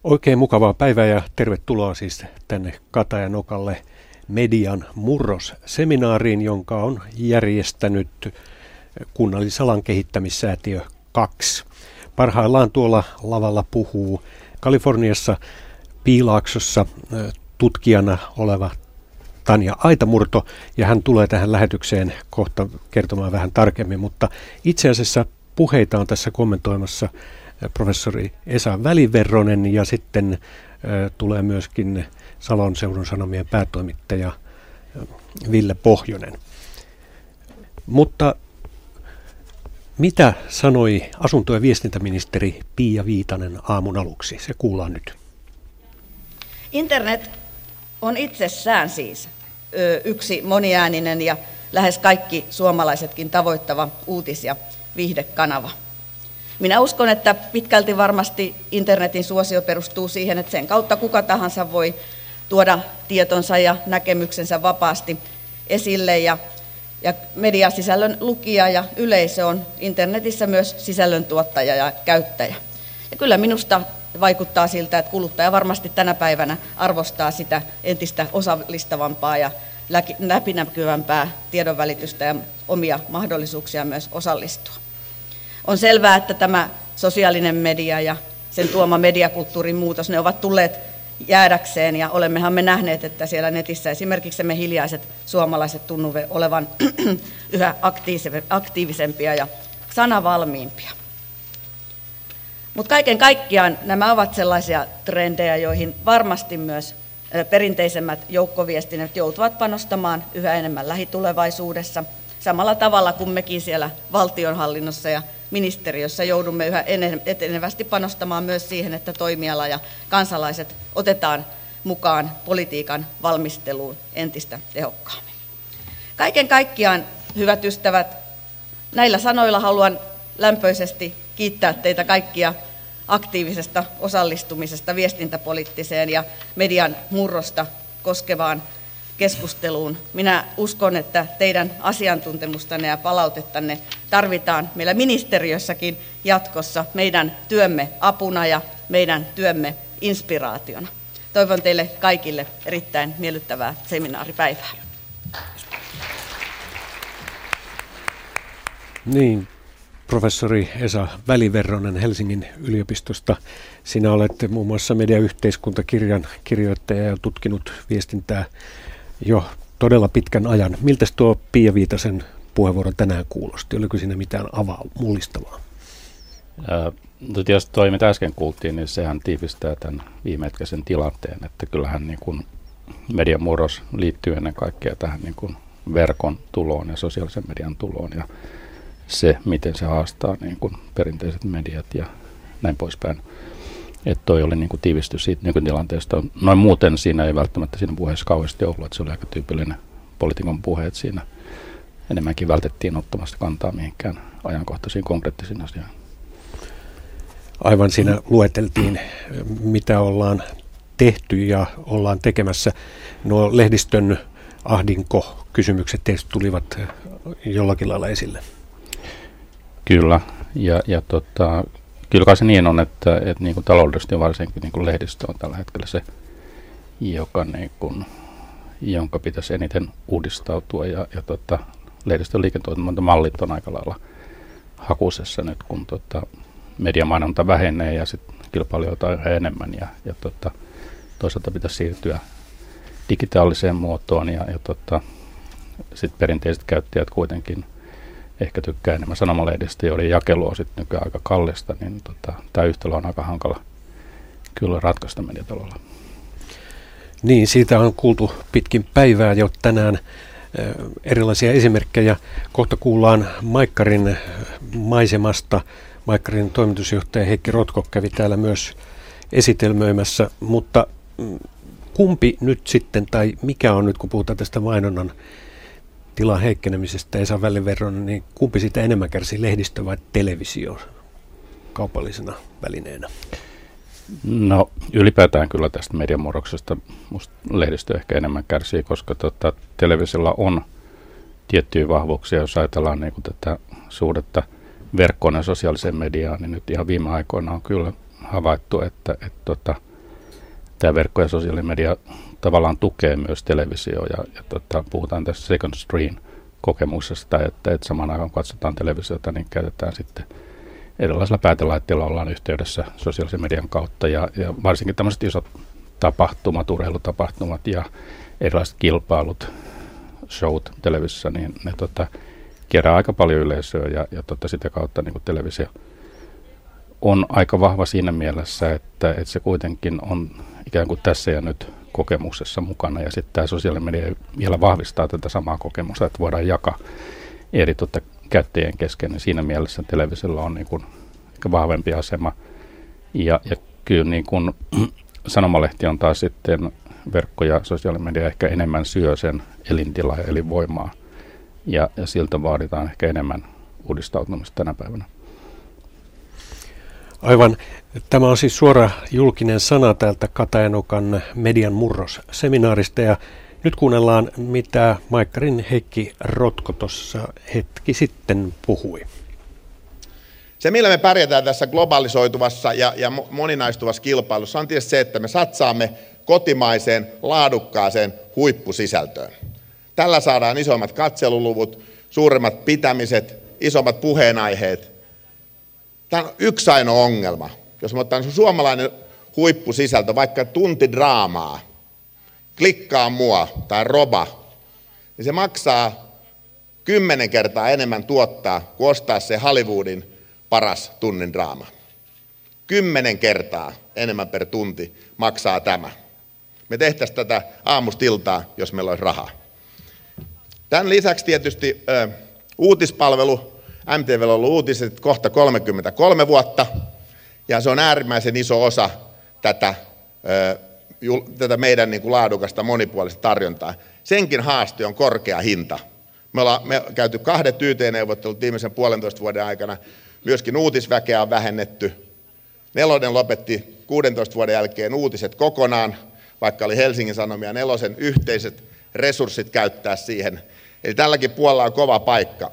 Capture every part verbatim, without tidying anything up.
Oikein mukavaa päivää ja tervetuloa siis tänne Katajanokalle median murrosseminaariin, jonka on järjestänyt Kunnallisalan kehittämissäätiö kaksi. Parhaillaan tuolla lavalla puhuu Kaliforniassa Piilaaksossa tutkijana oleva Tanja Aitamurto, ja hän tulee tähän lähetykseen kohta kertomaan vähän tarkemmin, mutta itse asiassa puheita on tässä kommentoimassa professori Esa Väliverronen ja sitten ö, tulee myöskin Salon seudun sanomien päätoimittaja Ville Pohjonen. Mutta mitä sanoi asunto- ja viestintäministeri Pia Viitanen aamun aluksi? Se kuullaan nyt. Internet on itsessään siis ö, yksi moniääninen ja lähes kaikki suomalaisetkin tavoittava uutis- ja viihdekanava. Minä uskon, että pitkälti varmasti internetin suosio perustuu siihen, että sen kautta kuka tahansa voi tuoda tietonsa ja näkemyksensä vapaasti esille. Ja, ja mediasisällön lukija ja yleisö on internetissä myös sisällöntuottaja ja käyttäjä. Ja kyllä minusta vaikuttaa siltä, että kuluttaja varmasti tänä päivänä arvostaa sitä entistä osallistavampaa ja läpinäkyvämpää tiedonvälitystä ja omia mahdollisuuksia myös osallistua. On selvää, että tämä sosiaalinen media ja sen tuoma mediakulttuurin muutos, ne ovat tulleet jäädäkseen, ja olemmehan me nähneet, että siellä netissä esimerkiksi me hiljaiset suomalaiset tunnumme olevan yhä aktiivisempia ja sanavalmiimpia. Mutta kaiken kaikkiaan nämä ovat sellaisia trendejä, joihin varmasti myös perinteisemmät joukkoviestinnät joutuvat panostamaan yhä enemmän lähitulevaisuudessa, samalla tavalla kuin mekin siellä valtionhallinnossa ja ministeriössä joudumme yhä enenevästi panostamaan myös siihen, että toimiala ja kansalaiset otetaan mukaan politiikan valmisteluun entistä tehokkaammin. Kaiken kaikkiaan, hyvät ystävät, näillä sanoilla haluan lämpöisesti kiittää teitä kaikkia aktiivisesta osallistumisesta viestintäpoliittiseen ja median murrosta koskevaan keskusteluun. Minä uskon, että teidän asiantuntemustanne ja palautettanne tarvitaan meillä ministeriössäkin jatkossa meidän työmme apuna ja meidän työmme inspiraationa. Toivon teille kaikille erittäin miellyttävää seminaaripäivää. Niin, professori Esa Väliverronen Helsingin yliopistosta. Sinä olet muun muassa mediayhteiskuntakirjan kirjoittaja ja tutkinut viestintää jo todella pitkän ajan. Miltä tuo Pia Viitasen puheenvuoro tänään kuulosti? Oliko siinä mitään avaa mullistavaa? No tietysti toi, mitä äsken kuultiin, niin sehän tiivistää tämän viimehetkäisen tilanteen, että kyllähän niin kuin median murros liittyy ennen kaikkea tähän niin kuin verkon tuloon ja sosiaalisen median tuloon ja se, miten se haastaa niin kuin perinteiset mediat ja näin poispäin. Että toi oli niin kuin tiivistys siitä nykytilanteesta. Noin muuten siinä ei välttämättä siinä puheessa kauheasti ollut, että se oli aika tyypillinen poliitikon puhe, että siinä enemmänkin vältettiin ottamasta kantaa mihinkään ajankohtaisiin konkreettisiin asioihin. Aivan, siinä lueteltiin, mitä ollaan tehty ja ollaan tekemässä. Nuo lehdistön ahdinko-kysymykset tietysti tulivat jollakin lailla esille. Kyllä, ja, ja tota, kyllä kai se niin on, että, että niin kuin taloudellisesti varsinkin niin kuin lehdistö on tällä hetkellä se, joka, niin kuin, jonka pitäisi eniten uudistautua, ja, ja tota, lehdistön liiketoimintamallit on aika lailla hakusessa nyt, kun tota, mediamainonta vähenee ja sitten kilpailijoita on enemmän, ja, ja tota, toisaalta pitäisi siirtyä digitaaliseen muotoon, ja, ja tota, sitten perinteiset käyttäjät kuitenkin ehkä tykkää enemmän sanomalehdestä, joiden jakelu on sitten nykyään aika kallista, niin tota, tämä yhtälö on aika hankala kyllä ratkaista mediatalolla. Niin, siitä on kuultu pitkin päivää jo tänään erilaisia esimerkkejä. Kohta kuullaan Maikkarin maisemasta. Maikkarin toimitusjohtaja Heikki Rotko kävi täällä myös esitelmöimässä, mutta kumpi nyt sitten, tai mikä on nyt, kun puhutaan tästä mainonnan tilan heikkenemisestä Esa Väliverronen, niin kumpi sitä enemmän kärsii, lehdistö vai televisio kaupallisena välineenä? No ylipäätään kyllä tästä mediamurroksesta musta lehdistö ehkä enemmän kärsii, koska tota, televisiolla on tiettyjä vahvuuksia, jos ajatellaan niin kuin tätä suhdetta verkkoon ja sosiaaliseen mediaan, niin nyt ihan viime aikoina on kyllä havaittu, että, että tota, tämä verkko- ja sosiaalinen media tavallaan tukee myös televisio ja, ja tota, puhutaan tässä second screen kokemuksesta, että, että samaan aikaan kun katsotaan televisiota, niin käytetään sitten erilaisilla päätelaitteilla ollaan yhteydessä sosiaalisen median kautta ja, ja varsinkin tämmöiset isot tapahtumat, urheilutapahtumat ja erilaiset kilpailut, showt televisiossa, niin ne tota, kerää aika paljon yleisöä ja, ja tota, sitä kautta niin kuin televisio on aika vahva siinä mielessä, että, että se kuitenkin on ikään kuin tässä ja nyt kokemuksessa mukana ja sitten tämä sosiaalinen media vielä vahvistaa tätä samaa kokemusta, että voidaan jakaa eri tota, käyttäjien kesken, niin siinä mielessä televisiolla on niin kuin ehkä vahvempi asema ja, ja kyllä niin kuin sanomalehti on taas sitten verkko- ja sosiaalinen media ehkä enemmän syö sen elintilaa ja elinvoimaa ja, ja siltä vaaditaan ehkä enemmän uudistautumista tänä päivänä. Aivan. Tämä on siis suora julkinen sana täältä Katajanokan median murros-seminaarista ja nyt kuunnellaan, mitä Maikkarin Heikki Rotko tuossa hetki sitten puhui. Se, millä me pärjätään tässä globalisoituvassa ja, ja moninaistuvassa kilpailussa, on tietysti se, että me satsaamme kotimaiseen, laadukkaaseen huippusisältöön. Tällä saadaan isommat katseluluvut, suuremmat pitämiset, isommat puheenaiheet. Tämä on yksi ainoa ongelma. Jos me otetaan suomalainen huippusisältö, vaikka tunti draamaa, klikkaa mua tai roba, niin se maksaa kymmenen kertaa enemmän tuottaa kuin ostaa se Hollywoodin paras tunnin draama. Kymmenen kertaa enemmän per tunti maksaa tämä. Me tehtäisiin tätä aamusta iltaan, jos meillä olisi rahaa. Tämän lisäksi tietysti ö, uutispalvelu. M T V:llä on ollut uutiset kohta kolmekymmentäkolme vuotta, ja se on äärimmäisen iso osa tätä, ö, jul, tätä meidän niin kuin laadukasta monipuolista tarjontaa. Senkin haaste on korkea hinta. Me ollaan me käyty kahdet Y T-neuvottelut viimeisen puolentoista vuoden aikana. Myöskin uutisväkeä on vähennetty. Nelonen lopetti kuudentoista vuoden jälkeen uutiset kokonaan, vaikka oli Helsingin Sanomia Nelosen yhteiset resurssit käyttää siihen. Eli tälläkin puolella on kova paikka.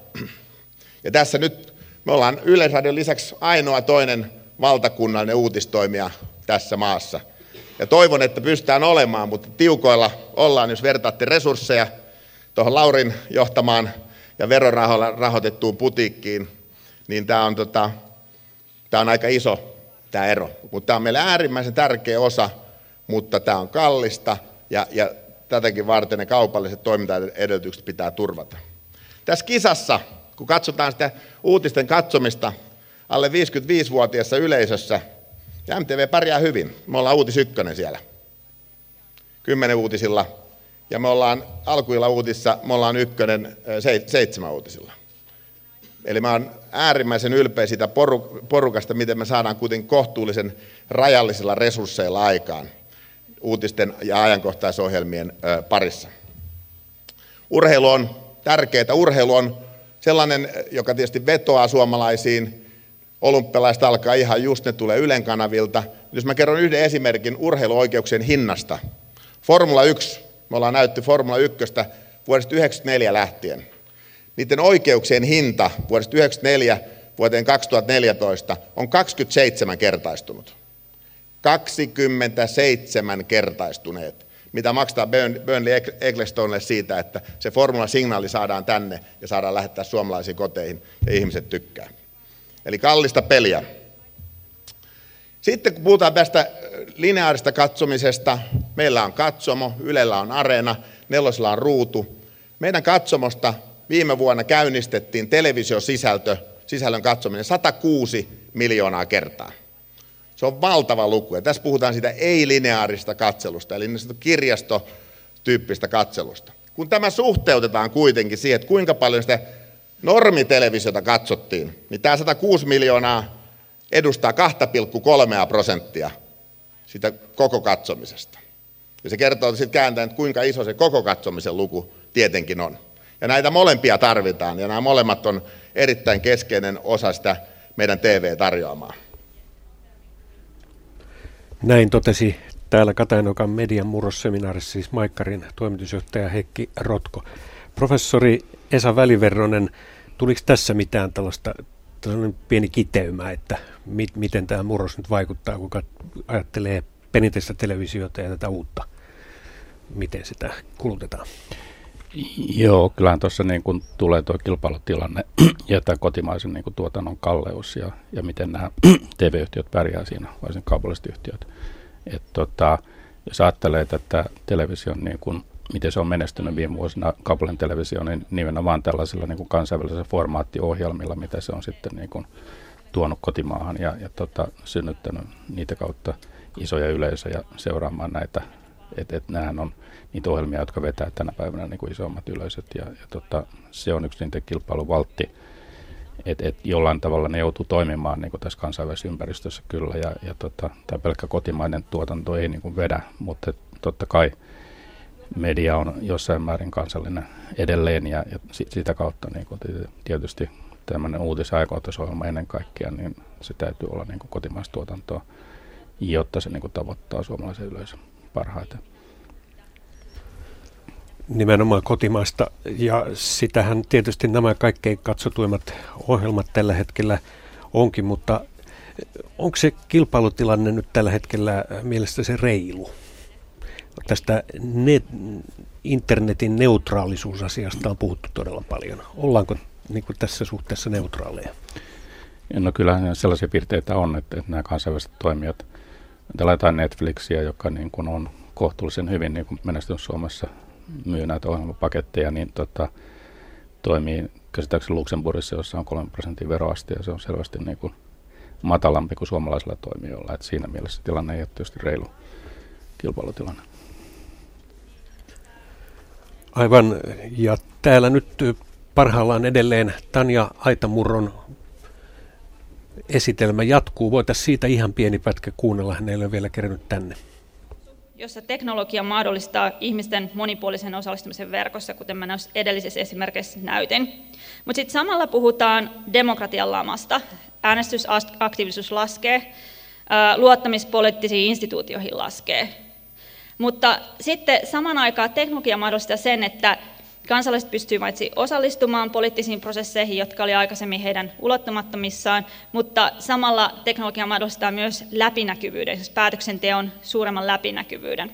Ja tässä nyt me ollaan Yleisradion lisäksi ainoa toinen valtakunnallinen uutistoimija tässä maassa. Ja toivon, että pystytään olemaan, mutta tiukoilla ollaan, jos vertaatte resursseja tuohon Laurin johtamaan ja verorahoilla rahoitettuun putiikkiin, niin tämä on, tota, tämä on aika iso tämä ero. Mutta tämä on meille äärimmäisen tärkeä osa, mutta tämä on kallista ja, ja tätäkin varten ne kaupalliset toimintaedellytykset pitää turvata. Tässä kisassa, kun katsotaan sitä uutisten katsomista alle viisikymmentäviisivuotiaassa yleisössä, ja M T V pärjää hyvin. Me ollaan uutis ykkönen siellä, kymmenen uutisilla, ja me ollaan alkuilla uutissa, me ollaan ykkönen seitsemän uutisilla. Eli mä oon äärimmäisen ylpeä siitä porukasta, miten me saadaan kuitenkin kohtuullisen rajallisilla resursseilla aikaan uutisten ja ajankohtaisohjelmien parissa. Urheilu on tärkeää. Urheilu on sellainen, joka tietysti vetoaa suomalaisiin. Olympialaiset alkaa ihan just, ne tulee Ylen kanavilta. Jos mä kerron yhden esimerkin urheiluoikeuksien hinnasta. Formula yksi, me ollaan näytty Formula ykköstä vuodesta yhdeksänkymmentäneljä lähtien. Niiden oikeuksien hinta vuodesta yhdeksänkymmentäneljä vuoteen kaksituhattaneljätoista on kaksikymmentäseitsemän kertaistunut. kaksikymmentäseitsemän kertaistuneet, mitä maksaa Burnley Ecclestonelle siitä, että se formula-signaali saadaan tänne ja saadaan lähettää suomalaisiin koteihin ja ihmiset tykkää. Eli kallista peliä. Sitten kun puhutaan tästä lineaarista katsomisesta, meillä on katsomo, Ylellä on Areena, Nelosella on Ruutu. Meidän katsomosta viime vuonna käynnistettiin televisiosisältö, sisällön katsominen sata kuusi miljoonaa kertaa. Se on valtava luku, ja tässä puhutaan siitä ei-lineaarista katselusta, eli kirjastotyyppistä katselusta. Kun tämä suhteutetaan kuitenkin siihen, että kuinka paljon sitä normitelevisiota katsottiin, niin tämä sata kuusi miljoonaa edustaa kaksi pilkku kolme prosenttia sitä koko katsomisesta. Ja se kertoo sitten kääntäen, että kuinka iso se koko katsomisen luku tietenkin on. Ja näitä molempia tarvitaan, ja nämä molemmat on erittäin keskeinen osa sitä meidän T V-tarjoamaa. Näin totesi täällä Katajanokan median murrosseminaarissa siis Maikkarin toimitusjohtaja Heikki Rotko. Professori Esa Väliverronen, tuliko tässä mitään tällaista pieni kiteymä, että mi- miten tämä murros nyt vaikuttaa, kun ajattelee perinteistä televisiota ja tätä uutta? Miten sitä kulutetaan? Joo, kyllähän tuossa niin kun tulee tuo kilpailutilanne ja tämä kotimaisen niin kun tuotannon kalleus ja, ja miten nämä T V-yhtiöt pärjää siinä, varsin kaupalliset yhtiöt. Et tota, jos ajattelee tätä television, niin kun, miten se on menestynyt viime vuosina kaupallinen televisio, niin nimenomaan tällaisilla niin kun kansainvälisillä formaattiohjelmilla, mitä se on sitten niin kun tuonut kotimaahan ja, ja tota, synnyttänyt niitä kautta isoja yleisöjä seuraamaan näitä. Että et nämähän on niitä ohjelmia, jotka vetää tänä päivänä niin kuin isommat yleisöt ja, ja tota, se on yksi niiden kilpailuvaltti, että et jollain tavalla ne joutuu toimimaan niin kuin tässä kansainvälisessä ympäristössä kyllä ja, ja tota, tämä pelkkä kotimainen tuotanto ei niin kuin vedä, mutta totta kai media on jossain määrin kansallinen edelleen ja, ja sitä kautta niin kuin tietysti tämmöinen uutis- ja ajankohtaisohjelma ennen kaikkea, niin se täytyy olla niin kuin kotimaista tuotantoa, jotta se niin kuin tavoittaa suomalaisen yleisön parhaiten. Nimenomaan kotimaista, ja sitähän tietysti nämä kaikkein katsotuimmat ohjelmat tällä hetkellä onkin, mutta onko se kilpailutilanne nyt tällä hetkellä mielestäsi reilu? Tästä net, internetin neutraalisuusasiasta on puhuttu todella paljon. Ollaanko niin kuin tässä suhteessa neutraaleja? No kyllähän sellaisia piirteitä on, että, että nämä kansainväliset toimijat, tällä Netflixiä, joka niin kuin on kohtuullisen hyvin niin kuin menestynyt Suomessa, myy näitä ohjelmapaketteja, niin tota, toimii käsittääkseni Luxemburgissa, jossa on kolmen prosentin veroaste, ja se on selvästi niin kuin matalampi kuin suomalaisilla toimijoilla. Et siinä mielessä tilanne ei ole tietysti reilu kilpailutilanne. Aivan, ja täällä nyt parhaillaan edelleen Tanja Aitamurron esitelmä jatkuu. Voitaisiin siitä ihan pieni pätkä kuunnella, hän ei ole vielä kerännyt tänne. Jossa teknologia mahdollistaa ihmisten monipuolisen osallistumisen verkossa, kuten mä näissä edellisissä esimerkeissä näytin. Mutta sitten samalla puhutaan demokratian lamasta. Äänestysaktiivisuus laskee, luottamispoliittisiin instituutioihin laskee. Mutta sitten saman aikaan teknologia mahdollistaa sen, että kansalaiset pystyvät paitsi osallistumaan poliittisiin prosesseihin, jotka oli aikaisemmin heidän ulottumattomissaan, mutta samalla teknologia mahdollistaa myös läpinäkyvyyden, siis päätöksenteon suuremman läpinäkyvyyden.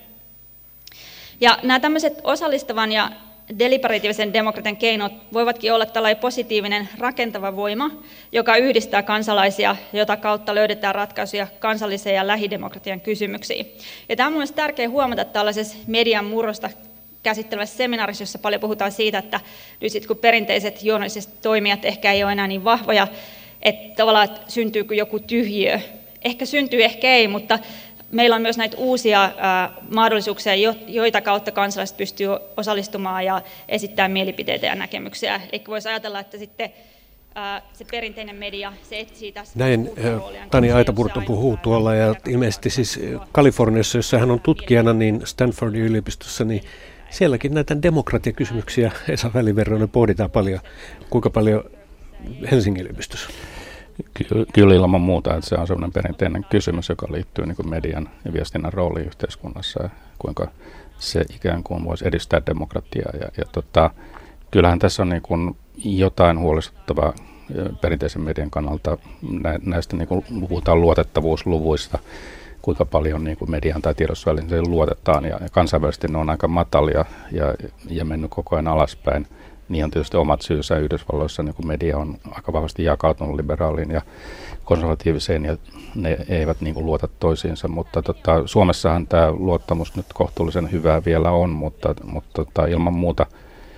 Ja nämä tämmöiset osallistavan ja deliberatiivisen demokratian keinot voivatkin olla tällainen positiivinen rakentava voima, joka yhdistää kansalaisia, jota kautta löydetään ratkaisuja kansalliseen ja lähidemokratian kysymyksiin. Ja tämä on mielestäni tärkeää huomata tällaisessa median murrosta käsittelevässä seminaarissa, jossa paljon puhutaan siitä, että nyt sit, kun perinteiset journalistiset toimijat ehkä ei ole enää niin vahvoja, että tavallaan että syntyykö joku tyhjiö. Ehkä syntyy, ehkä ei, mutta meillä on myös näitä uusia ää, mahdollisuuksia, joita kautta kansalaiset pystyy osallistumaan ja esittämään mielipiteitä ja näkemyksiä. Eli voisi ajatella, että sitten ää, se perinteinen media, se etsii tässä näin Tanja Aitamurto puhuu tuolla, ja ilmeisesti siis Kaliforniassa, jossa hän on tutkijana, niin Stanfordin yliopistossa, niin sielläkin näitä demokratiakysymyksiä Esa Väliverroinen pohditaan paljon. Kuinka paljon Helsingin yliopistossa? Ky- kyllä ilman muuta, että se on sellainen perinteinen kysymys, joka liittyy niin kuin median ja viestinnän rooliin yhteiskunnassa ja kuinka se ikään kuin voisi edistää demokratiaa. Ja, ja tota, kyllähän tässä on niin kuin jotain huolestuttavaa perinteisen median kannalta nä- näistä, niin kuin puhutaan luotettavuusluvuista, kuinka paljon niin kuin median tai tiedotusvälineeseen luotetaan, ja, ja kansainvälisesti ne on aika matalia ja, ja mennyt koko ajan alaspäin. Niin on tietysti omat syynsä. Yhdysvalloissa niin kuin media on aika vahvasti jakautunut liberaaliin ja konservatiiviseen, ja ne eivät niin kuin luota toisiinsa, mutta tota, Suomessahan tämä luottamus nyt kohtuullisen hyvää vielä on, mutta, mutta tota, ilman muuta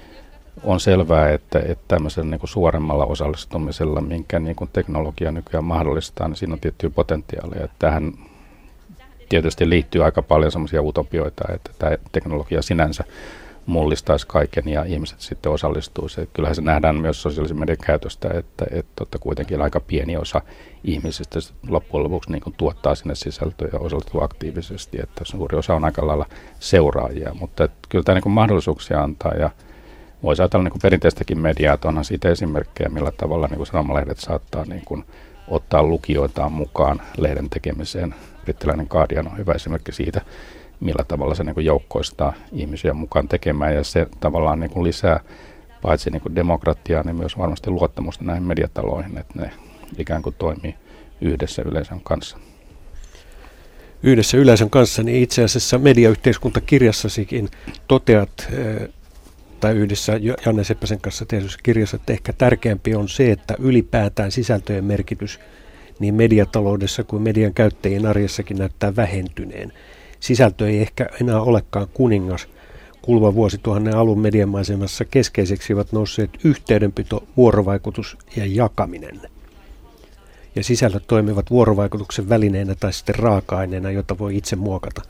on selvää, että, että tämmöisellä niin kuin suoremmalla osallistumisella, minkä niin kuin teknologia nykyään mahdollistaa, niin siinä on tiettyä potentiaalia. Tähän tietysti liittyy aika paljon semmoisia utopioita, että tämä teknologia sinänsä mullistaisi kaiken ja ihmiset sitten osallistuisi. Kyllähän se nähdään myös sosiaalisen median käytöstä, että, että, että kuitenkin aika pieni osa ihmisistä loppujen lopuksi niin kuin tuottaa sinne sisältöä ja osallistuu aktiivisesti, että suuri osa on aika lailla seuraajia, mutta että kyllä tämä niin kuin mahdollisuuksia antaa, ja voisi ajatella niin kuin perinteistäkin mediaa, että onhan siitä esimerkkejä, millä tavalla niin kuin sanomalehdet saattaa niin kuin ottaa lukijoitaan mukaan lehden tekemiseen. Brittiläinen Guardian on hyvä esimerkki siitä, millä tavalla se niin kuin joukkoistaa ihmisiä mukaan tekemään, ja se tavallaan niin kuin lisää paitsi niin kuin demokratiaa, niin myös varmasti luottamusta näihin mediataloihin, että ne ikään kuin toimii yhdessä yleisön kanssa. yhdessä yleisön kanssa, niin itse asiassa mediayhteiskuntakirjassasikin toteat, tai yhdessä Janne Seppäsen kanssa tehdyssä kirjassa, että ehkä tärkeämpi on se, että ylipäätään sisältöjen merkitys niin mediataloudessa kuin median käyttäjien arjessakin näyttää vähentyneen. Sisältö ei ehkä enää olekaan kuningas. Kuluvan vuosituhannen alun mediamaisemassa keskeiseksi ovat nousseet yhteydenpito, vuorovaikutus ja jakaminen. Ja sisällöt toimivat vuorovaikutuksen välineenä tai sitten raaka-aineena, jota voi itse muokata.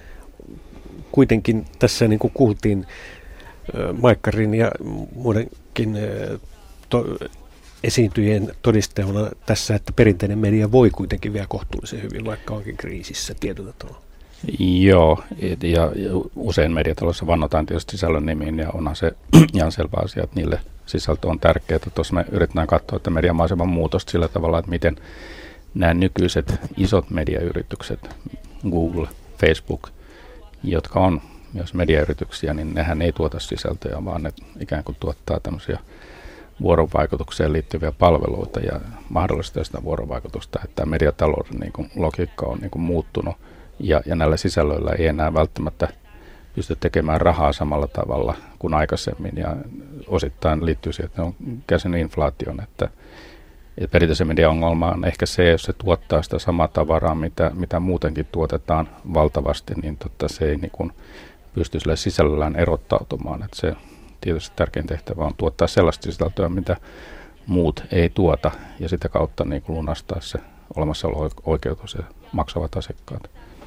Kuitenkin tässä niin kuin kuultiin Maikkarin ja muidenkin to- esiintyjien todisteena tässä, että perinteinen media voi kuitenkin vielä kohtuullisen hyvin, vaikka onkin kriisissä tietyllä tavalla. Joo, ja, ja usein mediatalossa vannotaan tietysti sisällön nimiin, ja onhan se ihan selvä asia, että niille sisältö on tärkeää. Tuossa me yritetään katsoa, että mediamaiseman muutosta sillä tavalla, että miten nämä nykyiset isot mediayritykset, Google, Facebook, jotka on myös mediayrityksiä, niin nehän ei tuota sisältöjä, vaan ne ikään kuin tuottaa tämmöisiä vuorovaikutukseen liittyviä palveluita ja mahdollistaa sitä vuorovaikutusta, että tämä mediatalouden niin kuin logiikka on niin kuin muuttunut ja, ja näillä sisällöillä ei enää välttämättä pysty tekemään rahaa samalla tavalla kuin aikaisemmin ja osittain liittyy siihen, että ne on käsin inflaation, että, että perinteisen median ongelma on ehkä se, jos se tuottaa sitä samaa tavaraa, mitä, mitä muutenkin tuotetaan valtavasti, niin totta se ei niin kuin pysty sillä sisällöllään erottautumaan, että se tietysti tärkein tehtävä on tuottaa sellaista sisältöä, mitä muut ei tuota, ja sitä kautta niin kuin lunastaa se olemassaolo-oikeutus ja maksavat asiakkaat.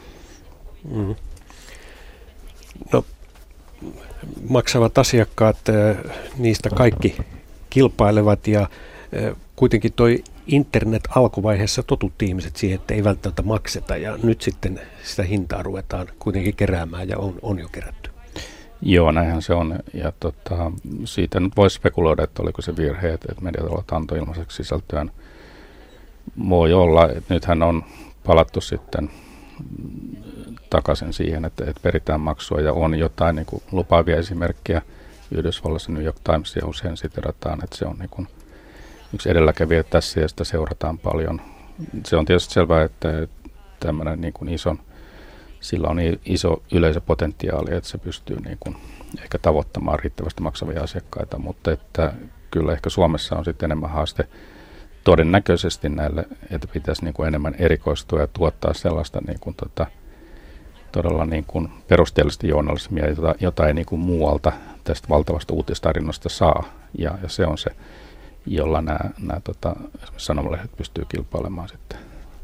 Mm. No, maksavat asiakkaat, niistä kaikki kilpailevat, ja kuitenkin toi internet alkuvaiheessa totuttiin ihmiset siihen, että ei välttämättä makseta, ja nyt sitten sitä hintaa ruvetaan kuitenkin keräämään, ja on, on jo kerätty. Joo, näinhän se on. Ja tota, siitä nyt voisi spekuloida, että oliko se virhe, että mediatalot antoi ilmaiseksi sisältöön. Voi olla, että nythän on palattu sitten takaisin siihen, että, että peritään maksua ja on jotain niin kuin lupaavia esimerkkejä. Yhdysvalloissa New York Timesia usein siterataan, että se on niin kuin yksi edelläkävijä tässä ja sitä seurataan paljon. Se on tietysti selvää, että tämmöinen niin kuin ison sillä on iso yleisöpotentiaali, että se pystyy niin kuin ehkä tavoittamaan riittävästi maksavia asiakkaita, mutta että kyllä ehkä Suomessa on sitten enemmän haaste todennäköisesti näille, että pitäisi niin kuin enemmän erikoistua ja tuottaa sellaista niin kuin tota, todella niin kuin perusteellista journalismia, jota, jota ei niin kuin muualta tästä valtavasta uutistarinasta saa, ja, ja se on se, jolla nämä, nämä tota, esimerkiksi sanomalehdet pystyy kilpailemaan sitten.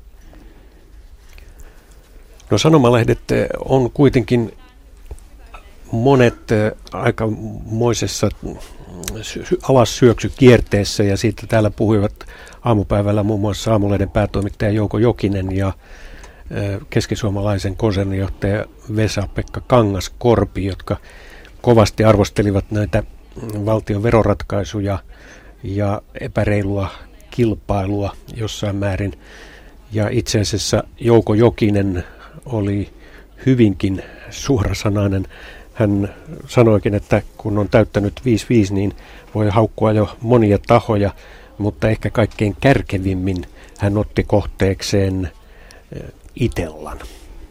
No, sanomalehdet on kuitenkin monet aikamoisessa alassyöksykierteessä, ja siitä täällä puhuivat aamupäivällä muun muassa Aamulehden päätoimittaja Jouko Jokinen ja keskisuomalaisen konsernijohtaja Vesa-Pekka Kangaskorpi, jotka kovasti arvostelivat näitä valtion veroratkaisuja ja epäreilua kilpailua jossain määrin. Ja itse asiassa Jouko Jokinen oli hyvinkin suorasanainen. Hän sanoikin, että kun on täyttänyt viisi viisi, niin voi haukkua jo monia tahoja, mutta ehkä kaikkein kärkevimmin hän otti kohteekseen Itellan.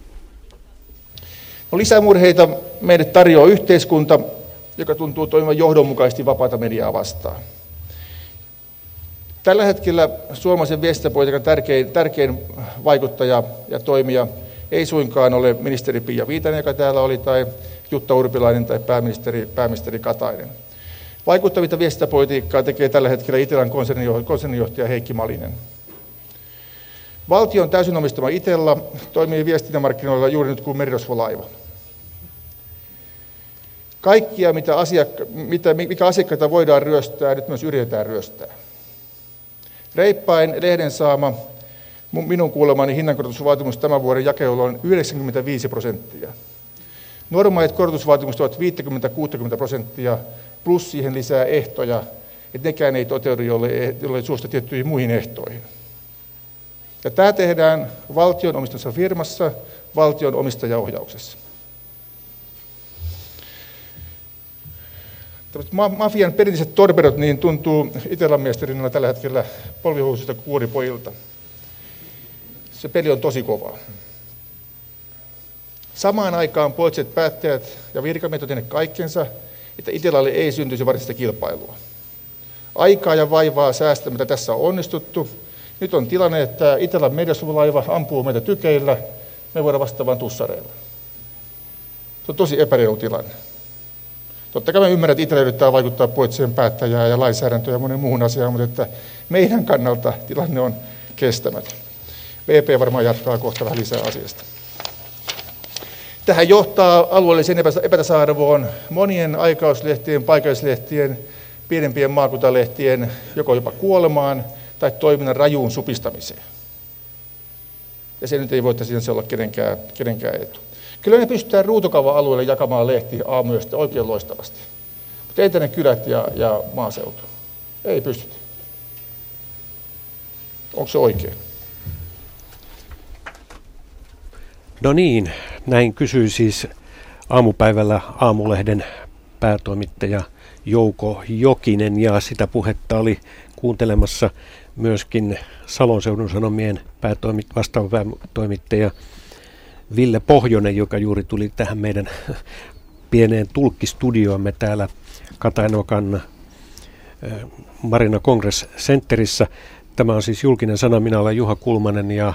No, lisämurheita meille tarjoaa yhteiskunta, joka tuntuu toimivan johdonmukaisesti vapaata mediaa vastaan. Tällä hetkellä suomalaisen viestintäpolitiikan tärkein, tärkein vaikuttaja ja toimija ei suinkaan ole ministeri Pia Viitanen, joka täällä oli, tai Jutta Urpilainen tai pääministeri, pääministeri Katainen. Vaikuttavinta viestintäpolitiikkaa tekee tällä hetkellä Itellan konsernijohtaja Heikki Malinen. Valtion täysin omistama Itella toimii viestintämarkkinoilla juuri nyt kuin merirosvolaiva. Kaikkia, mitä asiakka- mitä, mikä asiakkaita voidaan ryöstää, nyt myös yritetään ryöstää. Reippain lehden saama minun kuulemani hinnankorotusvaatimus tämän vuoden jakelulla on yhdeksänkymmentäviisi prosenttia. Normaalit korotusvaatimukset ovat viisikymmentä kuusikymmentä prosenttia, plus siihen lisää ehtoja, että nekään ei toteudu, jolle, jolle suosta tiettyihin muihin ehtoihin. Ja tämä tehdään valtion omistamassa firmassa, valtion omistajaohjauksessa. Mafian perinteiset torpedot niin tuntuu Itellan miesterinnalla tällä hetkellä polvihuusista kuoripojilta. Se peli on tosi kovaa. Samaan aikaan poliittiset päättäjät ja virkamiehet ovat tehneet kaikkensa, että Itellalle ei syntyisi varsinaista kilpailua. Aikaa ja vaivaa säästämättä tässä on onnistuttu. Nyt on tilanne, että Itellan merirosvolaiva ampuu meitä tykeillä, me voidaan vastata vain tussareilla. Se on tosi epäreilu tilanne. Totta kai mä ymmärrän, että Itella yrittää vaikuttaa poliittiseen päättäjään ja lainsäädäntöön ja monen muuhun asiaan, mutta että meidän kannalta tilanne on kestämätön. V P varmaan jatkaa kohta vähän lisää asiasta. Tähän johtaa alueelliseen epätasa-arvoon monien aikauslehtien, paikallislehtien, pienempien maakuntalehtien joko jopa kuolemaan tai toiminnan rajuun supistamiseen. Ja se nyt ei voi tässä olla kenenkään, kenenkään etu. Kyllä ne pystytään ruutukauva-alueelle jakamaan lehtiä aamuyöstä oikein loistavasti. Mutta ei tänne kylät ja, ja maaseutu. Ei pystytä. Onko se oikein? No niin, näin kysyi siis aamupäivällä Aamulehden päätoimittaja Jouko Jokinen, ja sitä puhetta oli kuuntelemassa myöskin Salon Seudun Sanomien päätoimit, vastaava päätoimittaja Ville Pohjonen, joka juuri tuli tähän meidän pieneen tulkkistudioamme täällä Katajanokan Marina Congress Centerissä. Tämä on siis Julkinen sana. Minä olen Juha Kulmanen ja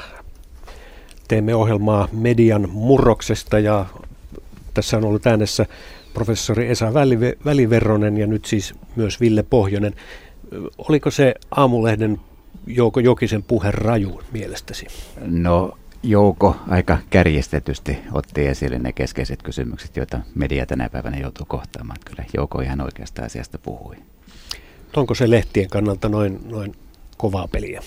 teemme ohjelmaa median murroksesta, ja tässä on ollut äänessä professori Esa Väliverronen ja nyt siis myös Ville Pohjonen. Oliko se Aamulehden Jouko Jokisen puhe raju mielestäsi? No Jouko aika kärjestetysti otti esille ne keskeiset kysymykset, joita media tänä päivänä joutuu kohtaamaan. Kyllä Jouko ihan oikeasta asiasta puhui. Onko se lehtien kannalta noin, noin kovaa peliä?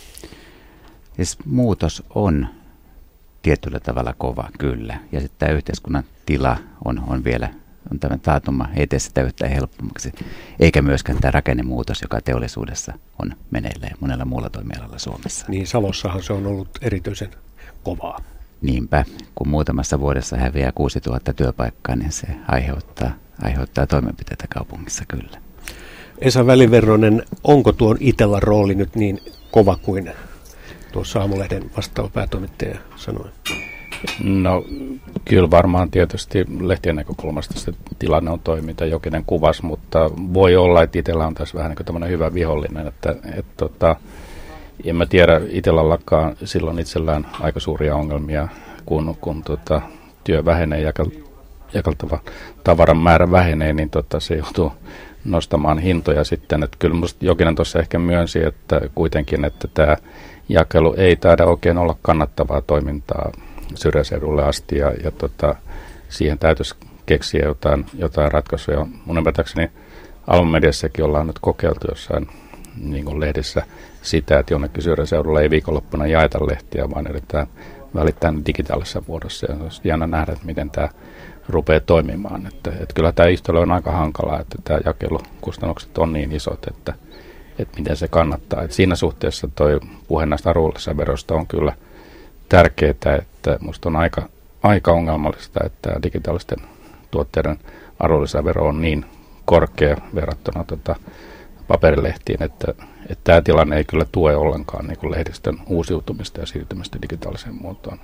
Siis muutos on tietyllä tavalla kova, kyllä. Ja sitten tämä yhteiskunnan tila on, on vielä, on tämä taantuma, ei tee sitä yhtään helpommaksi. Eikä myöskään tämä rakennemuutos, joka teollisuudessa on meneillään ja monella muulla toimialalla Suomessa. Niin Salossahan se on ollut erityisen kovaa. Niinpä, kun muutamassa vuodessa häviää kuusituhatta työpaikkaa, niin se aiheuttaa, aiheuttaa toimenpiteitä kaupungissa kyllä. Esa Väliverronen, onko tuon Itellan rooli nyt niin kova kuin tuossa Aamulehden vastaava päätoimittaja sanoi? No kyllä varmaan tietysti lehtien näkökulmasta se tilanne on toi, mitä Jokinen kuvasi, mutta voi olla, että Itella on tässä vähän niin kuin tämmöinen hyvä vihollinen, että et, tota, en mä tiedä, Itellallakaan silloin itsellään aika suuria ongelmia, kun, kun tota, työ vähenee ja jakeltava tavaran määrä vähenee, niin tota, se joutuu nostamaan hintoja sitten. Että kyllä musta Jokinen tuossa ehkä myönsi, että kuitenkin, että tämä jakelu ei taida oikein olla kannattavaa toimintaa syrjäseudulle asti, ja, ja tota, siihen täytyisi keksiä jotain, jotain ratkaisuja. Mun ymmärtääkseni Alma-mediassakin ollaan nyt kokeiltu jossain niin kuin lehdissä sitä, että jonnekin syrjäseudulla ei viikonloppuna jaeta lehtiä, vaan yritetään välittää digitaalisessa muodossa. Ja olisi jännä nähdä, että miten tämä rupeaa toimimaan. Että, että kyllä tämä yhtälö on aika hankalaa, että tämä jakelukustannukset on niin isot, että, että miten se kannattaa. Että siinä suhteessa tuo puhe näistä arvonlisäverosta on kyllä tärkeää, että minusta on aika, aika ongelmallista, että digitaalisten tuotteiden arvonlisävero on niin korkea verrattuna tota paperilehtiin, että, että tämä tilanne ei kyllä tue ollenkaan niin kuin lehdistön uusiutumista ja siirtymistä digitaaliseen muotoon.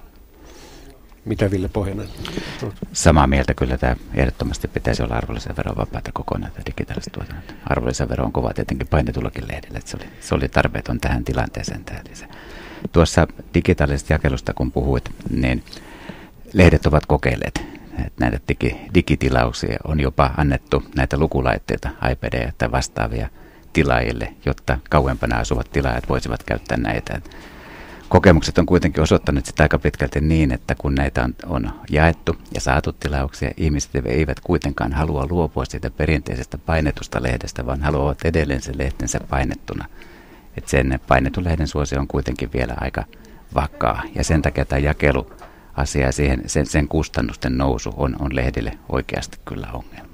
Mitä Ville Pohjonen? Samaa mieltä kyllä, tämä ehdottomasti pitäisi olla arvonlisäveron vapaata kokonaan tämä digitaalista tuotantoa. Arvonlisävero on kova tietenkin painetullakin lehdillä, että se oli, se oli tarpeeton tähän tilanteeseen. Tuossa digitaalisesta jakelusta kun puhuit, niin lehdet ovat kokeilleet näitä digi, digitilauksia. On jopa annettu näitä lukulaitteita, iPadeja tai vastaavia tilaajille, jotta kauempana asuvat tilaajat voisivat käyttää näitä. Kokemukset on kuitenkin osoittanut sitä aika pitkälti niin, että kun näitä on, on jaettu ja saatu tilauksia, ihmiset eivät kuitenkaan halua luopua siitä perinteisestä painetusta lehdestä, vaan haluavat edelleen sen lehtensä painettuna. Et sen painetun lehden suosio on kuitenkin vielä aika vakaa, ja sen takia tämä jakeluasia ja siihen, sen, sen kustannusten nousu on, on lehdille oikeasti kyllä ongelma.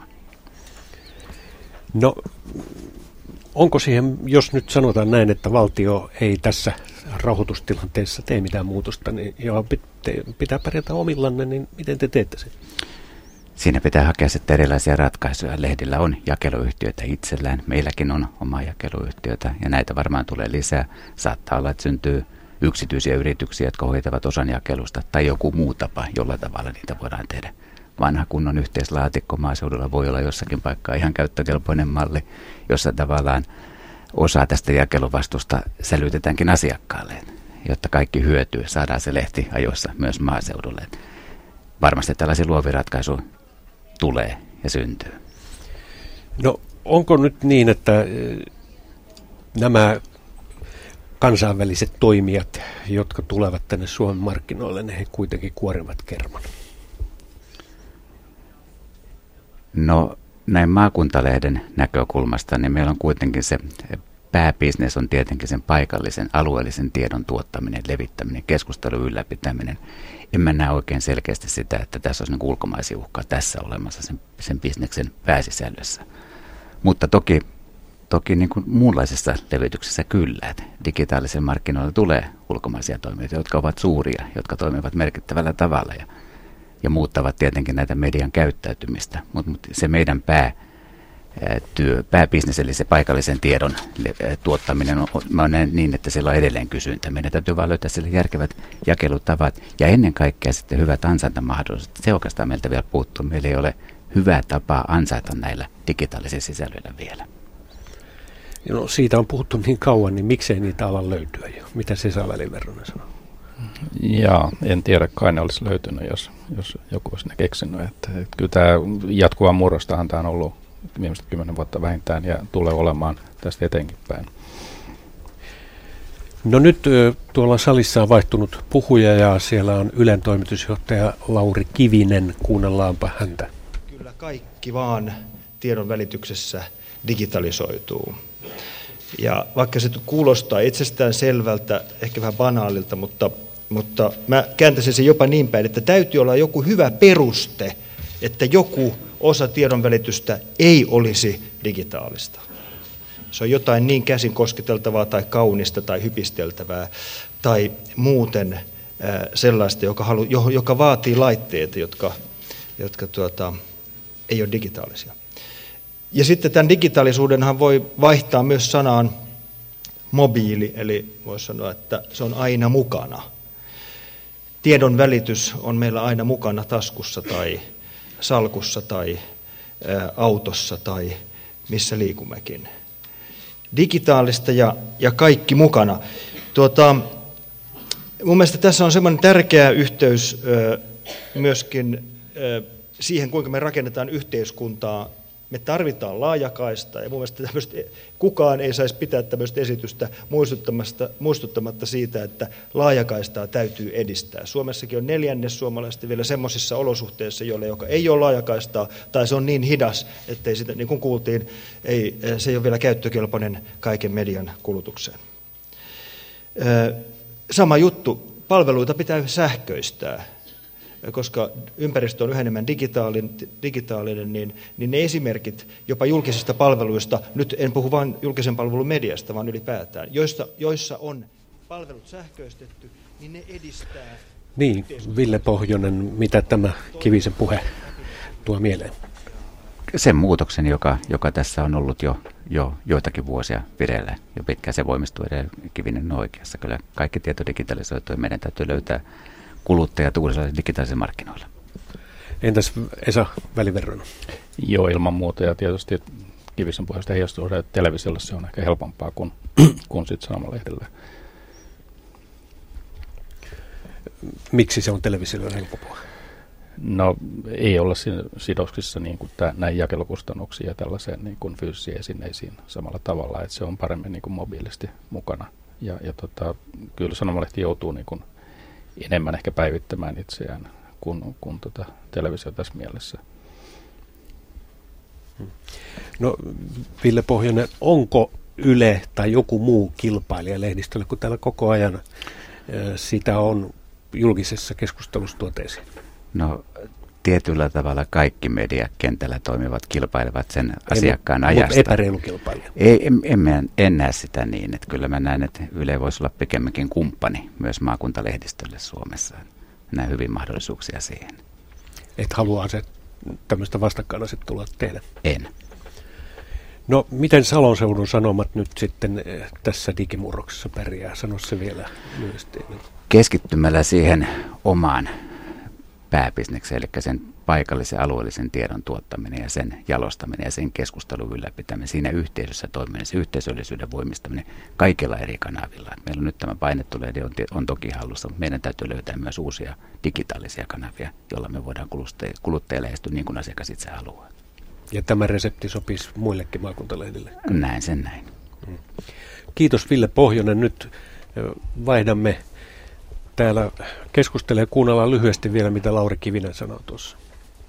No, onko siihen, jos nyt sanotaan näin, että valtio ei tässä rahoitustilanteessa tee mitään muutosta, niin joo, pitää pärjätä omillanne, niin miten te teette sen? Siinä pitää hakea sitten erilaisia ratkaisuja. Lehdillä on jakeluyhtiöitä itsellään. Meilläkin on oma jakeluyhtiötä ja näitä varmaan tulee lisää. Saattaa olla, että syntyy yksityisiä yrityksiä, jotka hoitavat osan jakelusta, tai joku muu tapa, jolla tavalla niitä voidaan tehdä. Vanha kunnon yhteislaatikko maaseudulla voi olla jossakin paikkaa ihan käyttökelpoinen malli, jossa tavallaan osa tästä jakeluvastuusta sälytetäänkin asiakkaalle, jotta kaikki hyötyy, saadaan se lehti ajoissa myös maaseudulle. Varmasti tällaisia luovia ratkaisuja tulee ja syntyy. No onko nyt niin, että nämä kansainväliset toimijat, jotka tulevat tänne Suomen markkinoille, ne he kuitenkin kuorivat kerman? No näin maakuntalehden näkökulmasta, niin meillä on kuitenkin se pääbisnes on tietenkin sen paikallisen alueellisen tiedon tuottaminen, levittäminen, keskustelun ylläpitäminen. En mä näe oikein selkeästi sitä, että tässä olisi niin ulkomaisia uhkaa tässä olemassa sen, sen bisneksen pääsisällössä. Mutta toki, toki niin kuin muunlaisessa levityksessä kyllä, että digitaalisen markkinoilla tulee ulkomaisia toimijoita, jotka ovat suuria, jotka toimivat merkittävällä tavalla ja, ja muuttavat tietenkin näitä median käyttäytymistä. Mutta mut se meidän pää työ, pääbisnes, eli se paikallisen tiedon tuottaminen on, on niin, että sillä on edelleen kysyntä. Meidän täytyy vaan löytää sille järkevät jakelutavat ja ennen kaikkea sitten hyvät ansaintamahdollisuudet. Se oikeastaan meiltä vielä puuttuu. Meillä ei ole hyvää tapaa ansaita näillä digitaalisilla sisällöillä vielä. No, siitä on puhuttu niin kauan, niin miksei niitä ala löytyä jo? Mitä se saa Väliverronen sanoa? Jaa, en tiedä, kai ne olisi löytynyt, jos, jos joku olisi ne keksinyt. Että, että kyllä tämä jatkuva murrostahan tämä on ollut viimeiset kymmenen vuotta vähintään ja tulee olemaan tästä eteenkin päin. No nyt tuolla salissa on vaihtunut puhuja ja siellä on Ylen toimitusjohtaja Lauri Kivinen. Kuunnellaanpa häntä. Kyllä kaikki vaan tiedon välityksessä digitalisoituu. Ja vaikka se kuulostaa itsestään selvältä, ehkä vähän banaalilta, mutta, mutta mä kääntäisin sen jopa niin päin, että täytyy olla joku hyvä peruste, että joku osa tiedonvälitystä ei olisi digitaalista. Se on jotain niin käsin kosketeltavaa tai kaunista tai hypisteltävää tai muuten sellaista, joka, halu, joka vaatii laitteita, jotka, jotka tuota, ei ole digitaalisia. Ja sitten tämän digitaalisuudenhan voi vaihtaa myös sanaan mobiili, eli voisi sanoa, että se on aina mukana. Tiedon välitys on meillä aina mukana taskussa tai salkussa tai ä, autossa tai missä liikummekin. Digitaalista ja, ja kaikki mukana. Tuota, mun mielestä tässä on semmoinen tärkeä yhteys ö, myöskin ö, siihen, kuinka me rakennetaan yhteiskuntaa. Me tarvitaan laajakaista ja mun mielestä kukaan ei saisi pitää tämmöistä esitystä muistuttamatta siitä, että laajakaistaa täytyy edistää. Suomessakin on neljännes suomalaisista vielä semmoisissa olosuhteissa, joille joka ei ole laajakaistaa tai se on niin hidas, ettei sitä, niin kuin kuultiin, ei, se ei ole vielä käyttökelpoinen kaiken median kulutukseen. Sama juttu, palveluita pitää sähköistää. Koska ympäristö on yhä enemmän digitaalinen, digitaalinen niin, niin ne esimerkit jopa julkisista palveluista, nyt en puhu vain julkisen palvelun mediasta, vaan ylipäätään, joissa, joissa on palvelut sähköistetty, niin ne edistää... Niin, Ville Pohjonen, mitä tämä Kivisen puhe tuo mieleen? Sen muutoksen, joka, joka tässä on ollut jo, jo joitakin vuosia vireillä, jo pitkään se voimistuu edelleen, Kivinen on oikeassa. Kyllä kaikki tieto digitalisoituu ja meidän täytyy löytää kuluttajat uudella digitaalisilla markkinoilla. Entäs Esa Väliverronen? Joo, ilman muuta ja tietysti Kivisen puheesta heijastuu, että televisiolla se on ehkä helpompaa kuin, kuin sitten sanomalehdellä. Miksi se on televisiolla helpompaa? No ei olla sidoksissa niin kuin tämän, näin jakelukustannuksiin ja tällaiseen niin kuin fyysisiin esineisiin samalla tavalla, että se on paremmin niin kuin mobiilisti mukana. Ja, ja tota, kyllä sanomalehti joutuu niin kuin enemmän ehkä päivittämään itseään kuin, kuin tota televisio tässä mielessä. No Ville Pohjonen, onko Yle tai joku muu kilpailija lehdistölle, kun täällä koko ajan sitä on julkisessa keskustelussa tuotu esiin? No tietyllä tavalla kaikki mediakentällä toimivat kilpailevat sen asiakkaan en, ajasta. Mutta epäreilu kilpailija. Ei, en, en, en näe sitä niin, että kyllä mä näen, että Yle voisi olla pikemminkin kumppani myös maakuntalehdistölle Suomessa. Näen hyvin mahdollisuuksia siihen. Et halua se tämmöistä vastakkainasettelua tehdä? En. No miten Salon seudun Sanomat nyt sitten tässä digimurroksessa pärjää? Sano se vielä lyhyesti. Keskittymällä siihen omaan pääbisnekseen, eli sen paikallisen alueellisen tiedon tuottaminen ja sen jalostaminen ja sen keskustelun ylläpitäminen, siinä yhteisössä toimiminen, se yhteisöllisyyden voimistaminen kaikilla eri kanavilla. Meillä on nyt tämä painetulehti on, on toki hallussa, mutta meidän täytyy löytää myös uusia digitaalisia kanavia, joilla me voidaan kuluttajia lähestyä niin kuin asiakas itse haluaa. Ja tämä resepti sopisi muillekin maakuntalehdille? Näin sen näin. Kiitos Ville Pohjonen. Nyt vaihdamme täällä keskustelee ja kuunnellaan lyhyesti vielä, mitä Lauri Kivinen sanoo tuossa.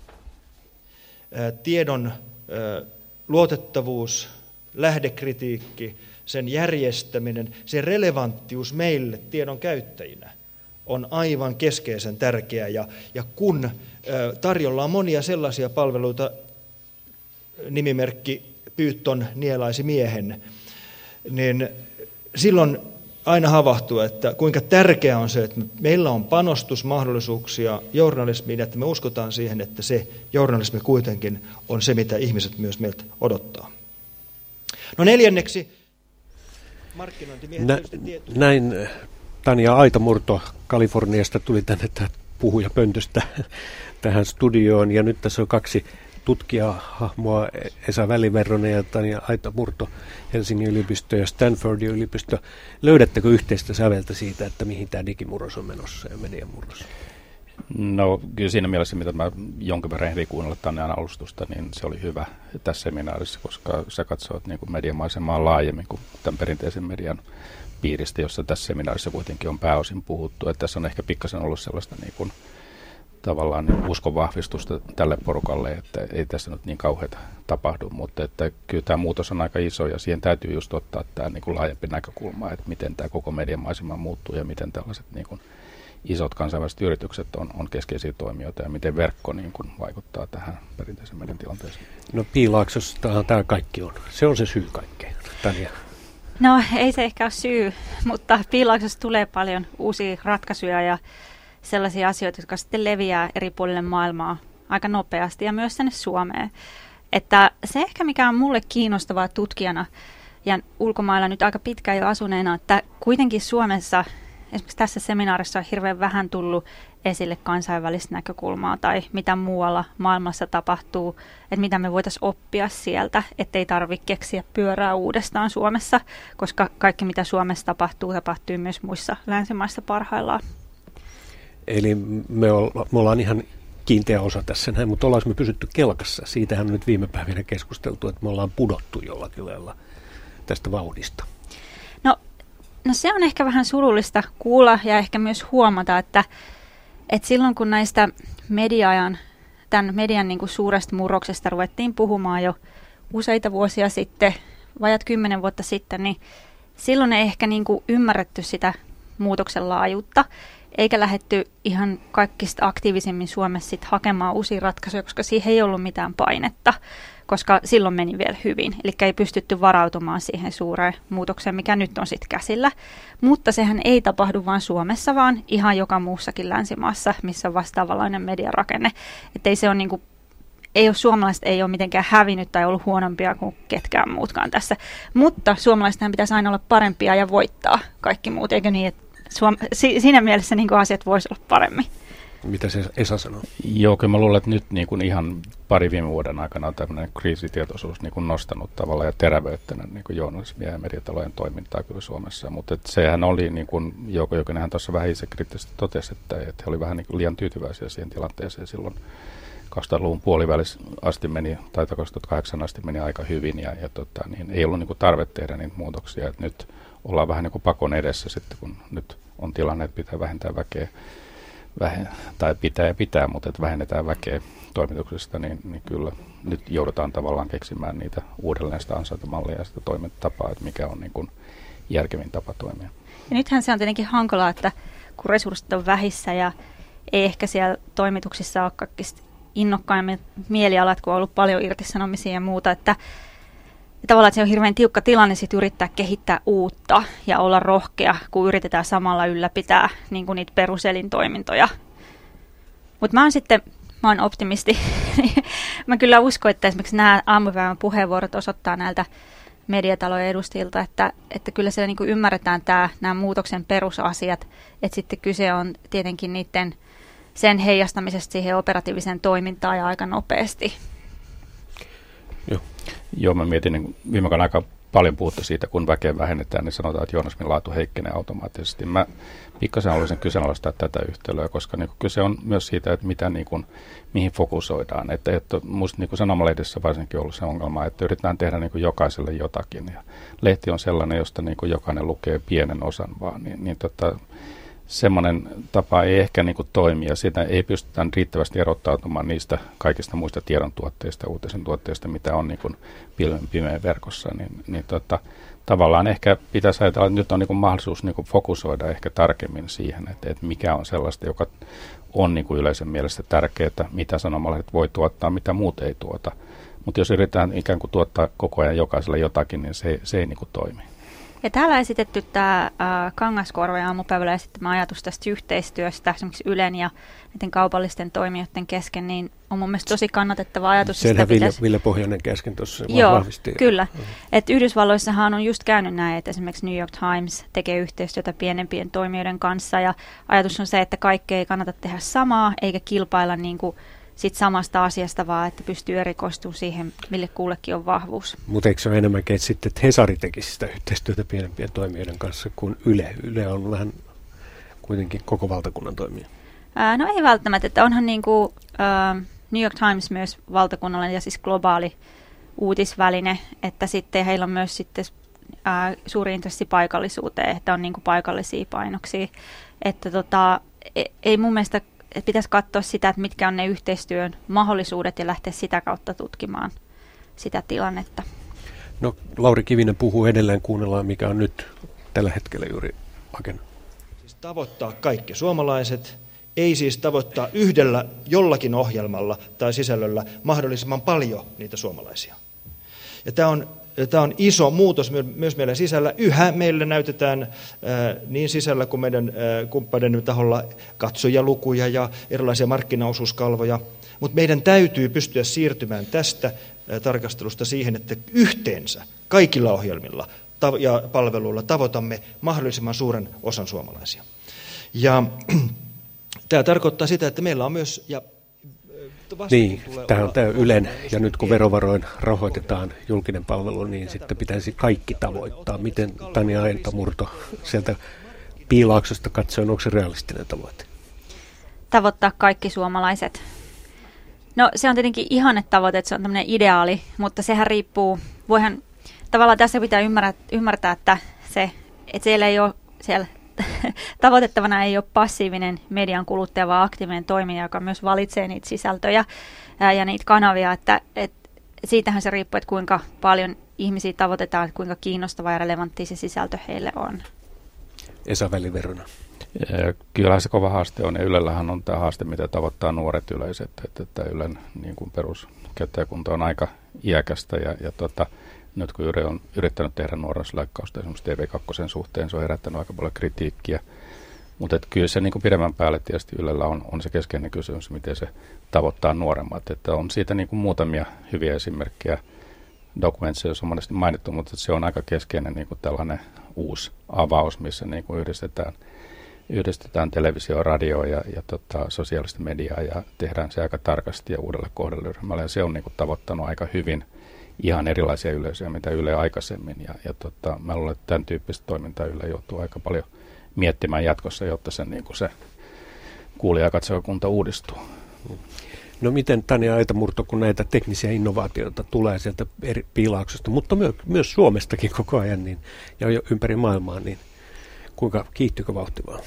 Tiedon luotettavuus, lähdekritiikki, sen järjestäminen, sen relevanttius meille tiedon käyttäjinä on aivan keskeisen tärkeää. Ja, ja kun tarjolla on monia sellaisia palveluita, nimimerkki Pyytton nielaisi miehen, niin silloin aina havahtua, että kuinka tärkeää on se, että meillä on panostusmahdollisuuksia journalismiin, että me uskotaan siihen, että se journalismi kuitenkin on se, mitä ihmiset myös meiltä odottaa. No neljänneksi, markkinointimiehet Nä, tietysti... Näin Tanja Aitamurto Kaliforniasta tuli tänne puhujapöntöstä tähän studioon, ja nyt tässä on kaksi tutkijahahmoa, Esa Väliverronen ja Tanja Aitamurto, Helsingin yliopisto ja Stanfordin yliopisto. Löydättekö yhteistä säveltä siitä, että mihin tämä digimurros on menossa ja mediamurros? No kyllä siinä mielessä, mitä mä jonkin verran ehdin kuunnella Tanjan alustusta, niin se oli hyvä tässä seminaarissa, koska sä katsoit niin kuin mediamaisemaa laajemmin kuin tämän perinteisen median piiristä, jossa tässä seminaarissa kuitenkin on pääosin puhuttu. Että tässä on ehkä pikkasen ollut sellaista niin kuin tavallaan niin uskon vahvistusta tälle porukalle, että ei tässä nyt niin kauheata tapahdu, mutta että kyllä tämä muutos on aika iso ja siihen täytyy just ottaa tämä niin kuin laajempi näkökulma, että miten tämä koko mediamaisema muuttuu ja miten tällaiset niin kuin isot kansainväliset yritykset on, on keskeisiä toimijoita ja miten verkko niin kuin vaikuttaa tähän perinteisen median tilanteeseen. No Piilaaksostahan tämä kaikki on. Se on se syy kaikkeen. Tanja. No ei se ehkä ole syy, mutta Piilaaksossa tulee paljon uusia ratkaisuja ja sellaisia asioita, jotka sitten leviää eri puolille maailmaa aika nopeasti ja myös tänne Suomeen. Että se ehkä mikä on mulle kiinnostavaa tutkijana ja ulkomailla nyt aika pitkään jo asuneena, että kuitenkin Suomessa esimerkiksi tässä seminaarissa on hirveän vähän tullut esille kansainvälistä näkökulmaa tai mitä muualla maailmassa tapahtuu, että mitä me voitaisiin oppia sieltä, ettei tarvitse keksiä pyörää uudestaan Suomessa, koska kaikki mitä Suomessa tapahtuu, tapahtuu myös muissa länsimaissa parhaillaan. Eli me, olla, me ollaan ihan kiinteä osa tässä näin, mutta ollaan me pysytty kelkassa. Siitähän on nyt viime päivinä keskusteltu, että me ollaan pudottu jollakin lailla tästä vauhdista. No, no se on ehkä vähän surullista kuulla ja ehkä myös huomata, että, että silloin kun näistä media-ajan, tämän median niin kuin suuresta murroksesta ruvettiin puhumaan jo useita vuosia sitten, vajat kymmenen vuotta sitten, niin silloin ei ehkä niin kuin ymmärretty sitä muutoksen laajuutta, eikä lähdetty ihan kaikista aktiivisemmin Suomessa sit hakemaan uusia ratkaisuja, koska siihen ei ollut mitään painetta, koska silloin meni vielä hyvin. Eli ei pystytty varautumaan siihen suureen muutokseen, mikä nyt on sitten käsillä. Mutta sehän ei tapahdu vain Suomessa, vaan ihan joka muussakin länsimaassa, missä on vastaavanlainen mediarakenne. Että ei se ole niinku, ei ole suomalaiset ei ole mitenkään hävinnyt tai ollut huonompia kuin ketkään muutkaan tässä. Mutta suomalaistenhan pitäisi aina olla parempia ja voittaa kaikki muut, eikö niin, että Suom- si- siinä mielessä niin kuin asiat voisi olla paremmin. Mitä se Esa sanoo? Joo, kyllä mä luulen, että nyt niin kuin ihan pari viime vuoden aikana on tämmöinen kriisitietoisuus niin kuin nostanut tavallaan ja terävöittänyt niin kuin journalismia ja mediatalojen toimintaa kyllä Suomessa. Mutta että sehän oli, niin kuin Jouko Jokinenhan tuossa vähän itsekriittisesti totesi, että, että he oli vähän niin kuin liian tyytyväisiä siihen tilanteeseen silloin. kaksituhattaluvun puolivälissä asti meni, tai kaksituhattakahdeksan asti meni aika hyvin ja, ja tota, niin ei ollut niin kuin tarve tehdä niitä muutoksia, että nyt ollaan vähän niin kuin pakon edessä sitten, kun nyt on tilanne, että pitää vähentää väkeä, vähen, tai pitää ja pitää, mutta että vähennetään väkeä toimituksesta, niin, niin kyllä nyt joudutaan tavallaan keksimään niitä uudelleen sitä ansaintamallia ja sitä toimintatapaa, että mikä on niin kuin järkevin tapa toimia. Ja nythän se on tietenkin hankalaa, että kun resurssit on vähissä ja ei ehkä siellä toimituksissa ole kaikista innokkaimmat mielialat, kun on ollut paljon irtisanomisia ja muuta, että tavallaan se on hirveän tiukka tilanne sit yrittää kehittää uutta ja olla rohkea, kun yritetään samalla ylläpitää niin kuin niitä peruselintoimintoja. Mutta mä oon sitten mä oon optimisti. Mä kyllä uskon, että esimerkiksi nämä aamupäivän puheenvuorot osoittaa näiltä mediatalojen edustajilta, että, että kyllä siellä niin kuin ymmärretään tämä, nämä muutoksen perusasiat, että sitten kyse on tietenkin niiden sen heijastamisesta siihen operatiiviseen toimintaan ja aika nopeasti. Joo, Joo mä mietin, niin viime aikoina aika paljon puhuttu siitä, kun väkeä vähennetään, niin sanotaan, että journalismin laatu heikkenee automaattisesti. Mä pikkasen haluaisin kyseenalaistaa tätä yhtälöä, koska niin kyse on myös siitä, että mitä, niin kuin, mihin fokusoidaan. Että, että musta niin sanomalehdessä varsinkin on ollut se ongelma, että yritetään tehdä niin kuin jokaiselle jotakin. Ja lehti on sellainen, josta niin kuin jokainen lukee pienen osan vaan. Niin, niin tota, semmoinen tapa ei ehkä niin kuin toimi, ja sitä ei pystytä riittävästi erottautumaan niistä kaikista muista tiedontuotteista, uutisen tuotteista, mitä on niin kuin pilven pimeän verkossa. Niin, niin tota, tavallaan ehkä pitäisi ajatella, että nyt on niin kuin mahdollisuus niin kuin fokusoida ehkä tarkemmin siihen, että, että mikä on sellaista, joka on niin kuin yleisön mielestä tärkeää, mitä sanomalehdet voi tuottaa, mitä muut ei tuota. Mutta jos yritetään ikään kuin tuottaa koko ajan jokaiselle jotakin, niin se, se ei niin kuin toimi. Ja täällä on esitetty tämä äh, Kangaskorva ja aamupäivällä esittämä ajatus tästä yhteistyöstä, esimerkiksi Ylen ja näiden kaupallisten toimijoiden kesken, niin on mun mielestä tosi kannatettava ajatus. Senhän Ville, Ville Pohjonen kesken tuossa vahvisti. Kyllä. Mm-hmm. Et Yhdysvalloissahan on just käynyt näin, että esimerkiksi New York Times tekee yhteistyötä pienempien toimijoiden kanssa, ja ajatus on se, että kaikki ei kannata tehdä samaa, eikä kilpailla niin kuin sit samasta asiasta, vaan että pystyy erikoistumaan siihen, mille kullekin on vahvuus. Mutta eikö se ole enemmänkin, että sitten että Hesari tekisi sitä yhteistyötä pienempien toimijoiden kanssa kuin Yle? Yle on vähän kuitenkin koko valtakunnan toimija. Ää, no ei välttämättä, että onhan niin kuin, ää, New York Times myös valtakunnallinen ja siis globaali uutisväline, että sitten heillä on myös sitten ää, suuri intressi paikallisuuteen, että on niin kuin paikallisia painoksia. Että tota, ei, ei mun mielestä että pitäisi katsoa sitä, että mitkä on ne yhteistyön mahdollisuudet ja lähteä sitä kautta tutkimaan sitä tilannetta. No, Lauri Kivinen puhuu edelleen, kuunnellaan mikä on nyt tällä hetkellä juuri agenda. Siis tavoittaa kaikki suomalaiset, ei siis tavoittaa yhdellä jollakin ohjelmalla tai sisällöllä mahdollisimman paljon niitä suomalaisia. Ja tämä on Tämä on iso muutos myös meillä sisällä. Yhä meille näytetään ää, niin sisällä kuin meidän ää, kumppaneiden taholla katsojalukuja ja erilaisia markkinaosuuskalvoja. Mutta meidän täytyy pystyä siirtymään tästä ää, tarkastelusta siihen, että yhteensä kaikilla ohjelmilla tav- ja palveluilla tavoitamme mahdollisimman suuren osan suomalaisia. Ja tämä tarkoittaa sitä, että meillä on myös... Ja Niin, tämä on tämä Ylen, ja nyt kun verovaroin rahoitetaan julkinen palvelu, niin sitten pitäisi kaikki tavoittaa. Miten Tanja Aitamurto sieltä Piilaaksosta katsoen, onko se realistinen tavoite? Tavoittaa kaikki suomalaiset. No se on tietenkin ihanne tavoite, että se on tämmöinen ideaali, mutta sehän riippuu, voihan tavallaan tässä pitää ymmärtää, ymmärtää että, se, että siellä ei ole siellä tavoitettavana ei ole passiivinen median kuluttaja, vaan aktiivinen toimija, joka myös valitsee niitä sisältöjä ää, ja niitä kanavia. Että, et, siitähän se riippuu, että kuinka paljon ihmisiä tavoitetaan, että kuinka kiinnostava ja relevantti se sisältö heille on. Esa Väliverona. Kyllä se kova haaste on, ja Ylellähän on tämä haaste, mitä tavoittaa nuoret yleiset. Että, että Ylen niin kuin peruskäyttäjäkunta on aika iäkästä, ja, ja tota, nyt kun Yle on yrittänyt tehdä nuoruusleikkausta esimerkiksi T V kaksi suhteen, se on herättänyt aika paljon kritiikkiä. Mutta kyllä se niin kuin pidemmän päälle tietysti Ylellä on, on se keskeinen kysymys, miten se tavoittaa nuoremmat. Että on siitä niin kuin muutamia hyviä esimerkkejä. Dokumentissa on monesti mainittu, mutta se on aika keskeinen niin kuin tällainen uusi avaus, missä niin kuin yhdistetään, yhdistetään televisio, radio ja, ja tota, sosiaalista mediaa ja tehdään se aika tarkasti ja uudelle kohderyhmälle. Ja se on niin kuin tavoittanut aika hyvin ihan erilaisia yleisöjä, mitä Yle aikaisemmin. Ja, ja tota, mä luulen, että tämän tyyppistä toimintaa Yle joutuu aika paljon miettimään jatkossa, jotta sen, niin kuin se kuulija- ja katsojakunta uudistuu. No miten Tanja Aitamurto, kun näitä teknisiä innovaatioita tulee sieltä eri Piilaaksosta, mutta myös, myös Suomestakin koko ajan niin, ja jo ympäri maailmaa, niin kuinka kiihtyykö vauhti vaan?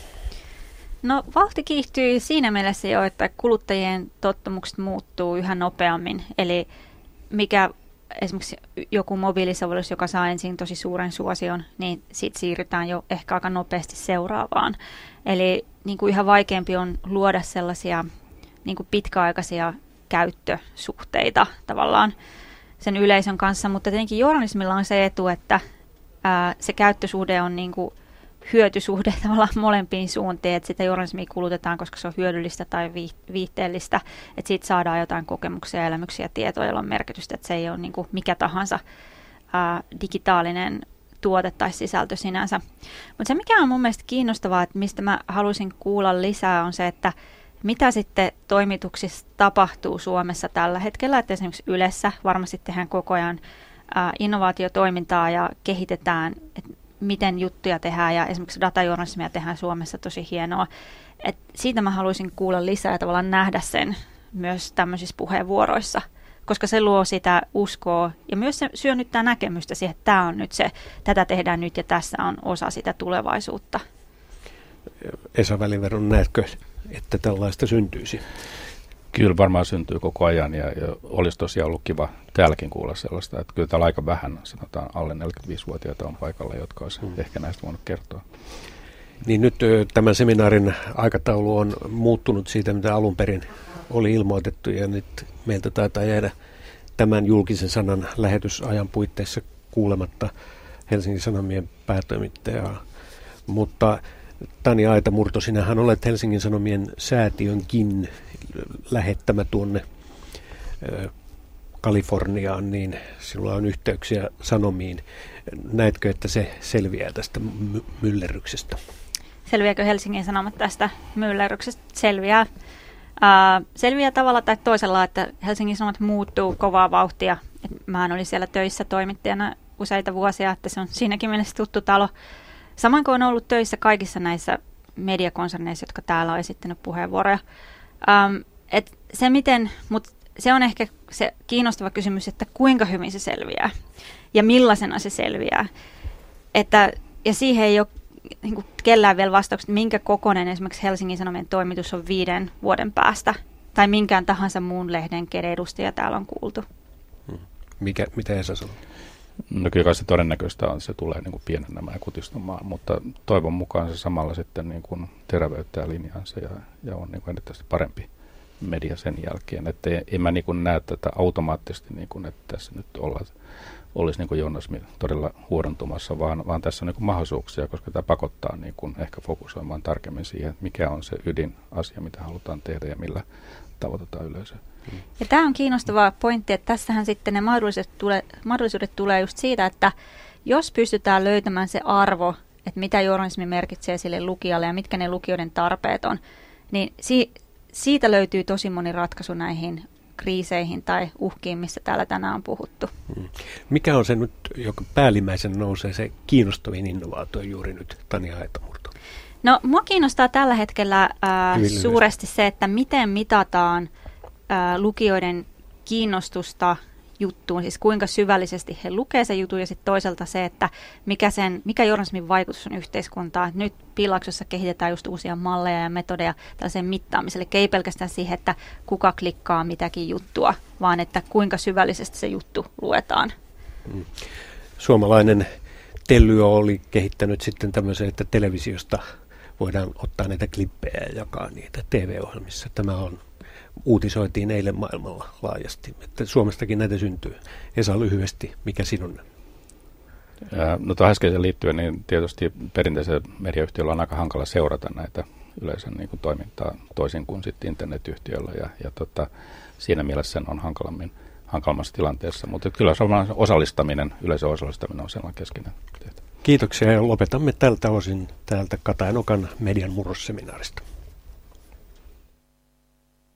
No vauhti kiihtyy siinä mielessä jo, että kuluttajien tottumukset muuttuu yhä nopeammin. Eli mikä esimerkiksi joku mobiilisovellus, joka saa ensin tosi suuren suosion, niin sitten siirrytään jo ehkä aika nopeasti seuraavaan. Eli niin kuin yhä vaikeampi on luoda sellaisia niin kuin pitkäaikaisia käyttösuhteita tavallaan sen yleisön kanssa, mutta tietenkin journalismilla on se etu, että ää, se käyttösuhde on niin kuin hyötysuhde tavallaan molempiin suuntiin, että sitä journalismia kulutetaan, koska se on hyödyllistä tai viihteellistä, että siitä saadaan jotain kokemuksia, elämyksiä ja tietoja, joilla on merkitystä, että se ei ole niin kuin mikä tahansa ää, digitaalinen tuote tai sisältö sinänsä. Mutta se, mikä on mun mielestä kiinnostavaa, että mistä mä haluaisin kuulla lisää, on se, että mitä sitten toimituksissa tapahtuu Suomessa tällä hetkellä, että esimerkiksi Ylessä varmasti tehdään koko ajan ää, innovaatiotoimintaa ja kehitetään, että miten juttuja tehdään ja esimerkiksi datajournalismia tehdään Suomessa tosi hienoa. Et siitä mä haluaisin kuulla lisää ja tavallaan nähdä sen myös tämmöisissä puheenvuoroissa, koska se luo sitä uskoa ja myös se syönnyttää näkemystä siihen, että tämä on nyt se, tätä tehdään nyt ja tässä on osa sitä tulevaisuutta. Esa Väliveron, näetkö, että tällaista syntyisi? Kyllä varmaan syntyy koko ajan ja, ja olisi tosiaan ollut kiva täälläkin kuulla sellaista, että kyllä täällä aika vähän, sanotaan alle neljäkymmentäviisivuotiaita on paikalla, jotka olisi hmm. ehkä näistä voinut kertoa. Niin nyt tämän seminaarin aikataulu on muuttunut siitä, mitä alun perin oli ilmoitettu ja nyt meiltä taitaa jäädä tämän julkisen sanan lähetysajan puitteissa kuulematta Helsingin Sanomien päätoimittajaa, mutta Tanja Aitamurto, sinähän olet Helsingin Sanomien säätiönkin lähettämä tuonne Kaliforniaan, niin sinulla on yhteyksiä Sanomiin. Näetkö, että se selviää tästä my- myllerryksestä? Selviääkö Helsingin Sanomat tästä myllerryksestä? Selviää. Uh, selviää tavalla tai toisella, että Helsingin Sanomat muuttuu kovaa vauhtia. Mä olin siellä töissä toimittajana useita vuosia, että se on siinäkin mielessä tuttu talo. Samoin kuin on ollut töissä kaikissa näissä mediakonserneissa, jotka täällä on esittänyt puheenvuoroja. Um, et se, miten, mut se on ehkä se kiinnostava kysymys, että kuinka hyvin se selviää ja millaisena se selviää. Että, ja siihen ei ole niin kuin kellään vielä vastaukset, minkä kokoinen esimerkiksi Helsingin Sanomien toimitus on viiden vuoden päästä tai minkään tahansa muun lehden, kenen edustaja täällä on kuultu. Mikä, mitä Esa sanoo? No kyllä se todennäköistä on, että se tulee niin kuin pienenemään ja kutistumaan, mutta toivon mukaan se samalla sitten niin kuin terävöittää linjansa ja, ja on niin kuin erityisesti parempi media sen jälkeen. Että en mä niin kuin näe tätä automaattisesti, niin kuin, että tässä nyt ollaan, olisi niin kuin journalismi todella huodontumassa, vaan, vaan tässä on niin kuin mahdollisuuksia, koska tämä pakottaa niin kuin ehkä fokusoimaan tarkemmin siihen, että mikä on se ydinasia, mitä halutaan tehdä ja millä tavoitetaan yleisöä. Ja tämä on kiinnostava pointti, että tässähän sitten ne mahdollisuudet tulee, mahdollisuudet tulee just siitä, että jos pystytään löytämään se arvo, että mitä journalismi merkitsee sille lukijalle ja mitkä ne lukijoiden tarpeet on, niin si- siitä löytyy tosi moni ratkaisu näihin kriiseihin tai uhkiin, missä täällä tänään on puhuttu. Mikä on se nyt, joka päällimmäisen nousee, se kiinnostavin innovaatio juuri nyt, Tanja Aitamurto? No, mua kiinnostaa tällä hetkellä ää, suuresti se, että miten mitataan ää, lukijoiden kiinnostusta juttuun, siis kuinka syvällisesti he lukee sen jutun ja sitten toisaalta se, että mikä, sen, mikä journalismin vaikutus on yhteiskuntaan. Nyt Piilaksossa kehitetään just uusia malleja ja metodeja tällaiseen mittaamiselle, ei pelkästään siihen, että kuka klikkaa mitäkin juttua, vaan että kuinka syvällisesti se juttu luetaan. Mm. Suomalainen Tellyö oli kehittänyt sitten tämmöisen, että televisiosta voidaan ottaa näitä klippejä ja jakaa niitä T V-ohjelmissa. Tämä on uutisoitiin eilen maailmalla laajasti, että Suomestakin näitä syntyy. Esa, lyhyesti, mikä sinun? No tuohon äskeiseen liittyen, niin tietysti perinteisellä mediayhtiöllä on aika hankala seurata näitä yleisön niin kuin toimintaa toisin kuin sitten internetyhtiöllä, ja, ja tota, siinä mielessä sen on hankalammin, hankalammassa tilanteessa, mutta kyllä osallistaminen, yleisön osallistaminen on sellainen keskeinen tehtävä. Kiitoksia ja lopetamme tältä osin täältä Kata ja Nokan median murrosseminaarista.